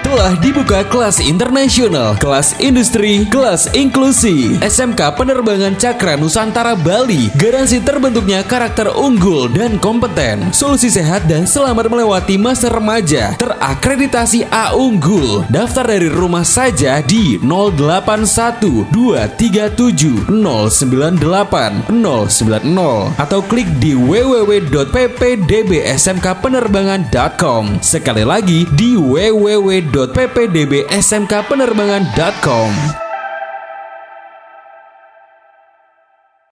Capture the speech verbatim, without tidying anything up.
Telah dibuka kelas internasional, kelas industri, kelas inklusi. S M K Penerbangan Cakra Nusantara Bali, garansi terbentuknya karakter unggul dan kompeten. Solusi sehat dan selamat melewati masa remaja. Terakreditasi A unggul. Daftar dari rumah saja di nol delapan satu dua tiga tujuh nol sembilan delapan nol sembilan nol atau klik di w w w titik p p d b s m k penerbangan titik com. Sekali lagi di w w w titik p p d b s m k penerbangan titik com.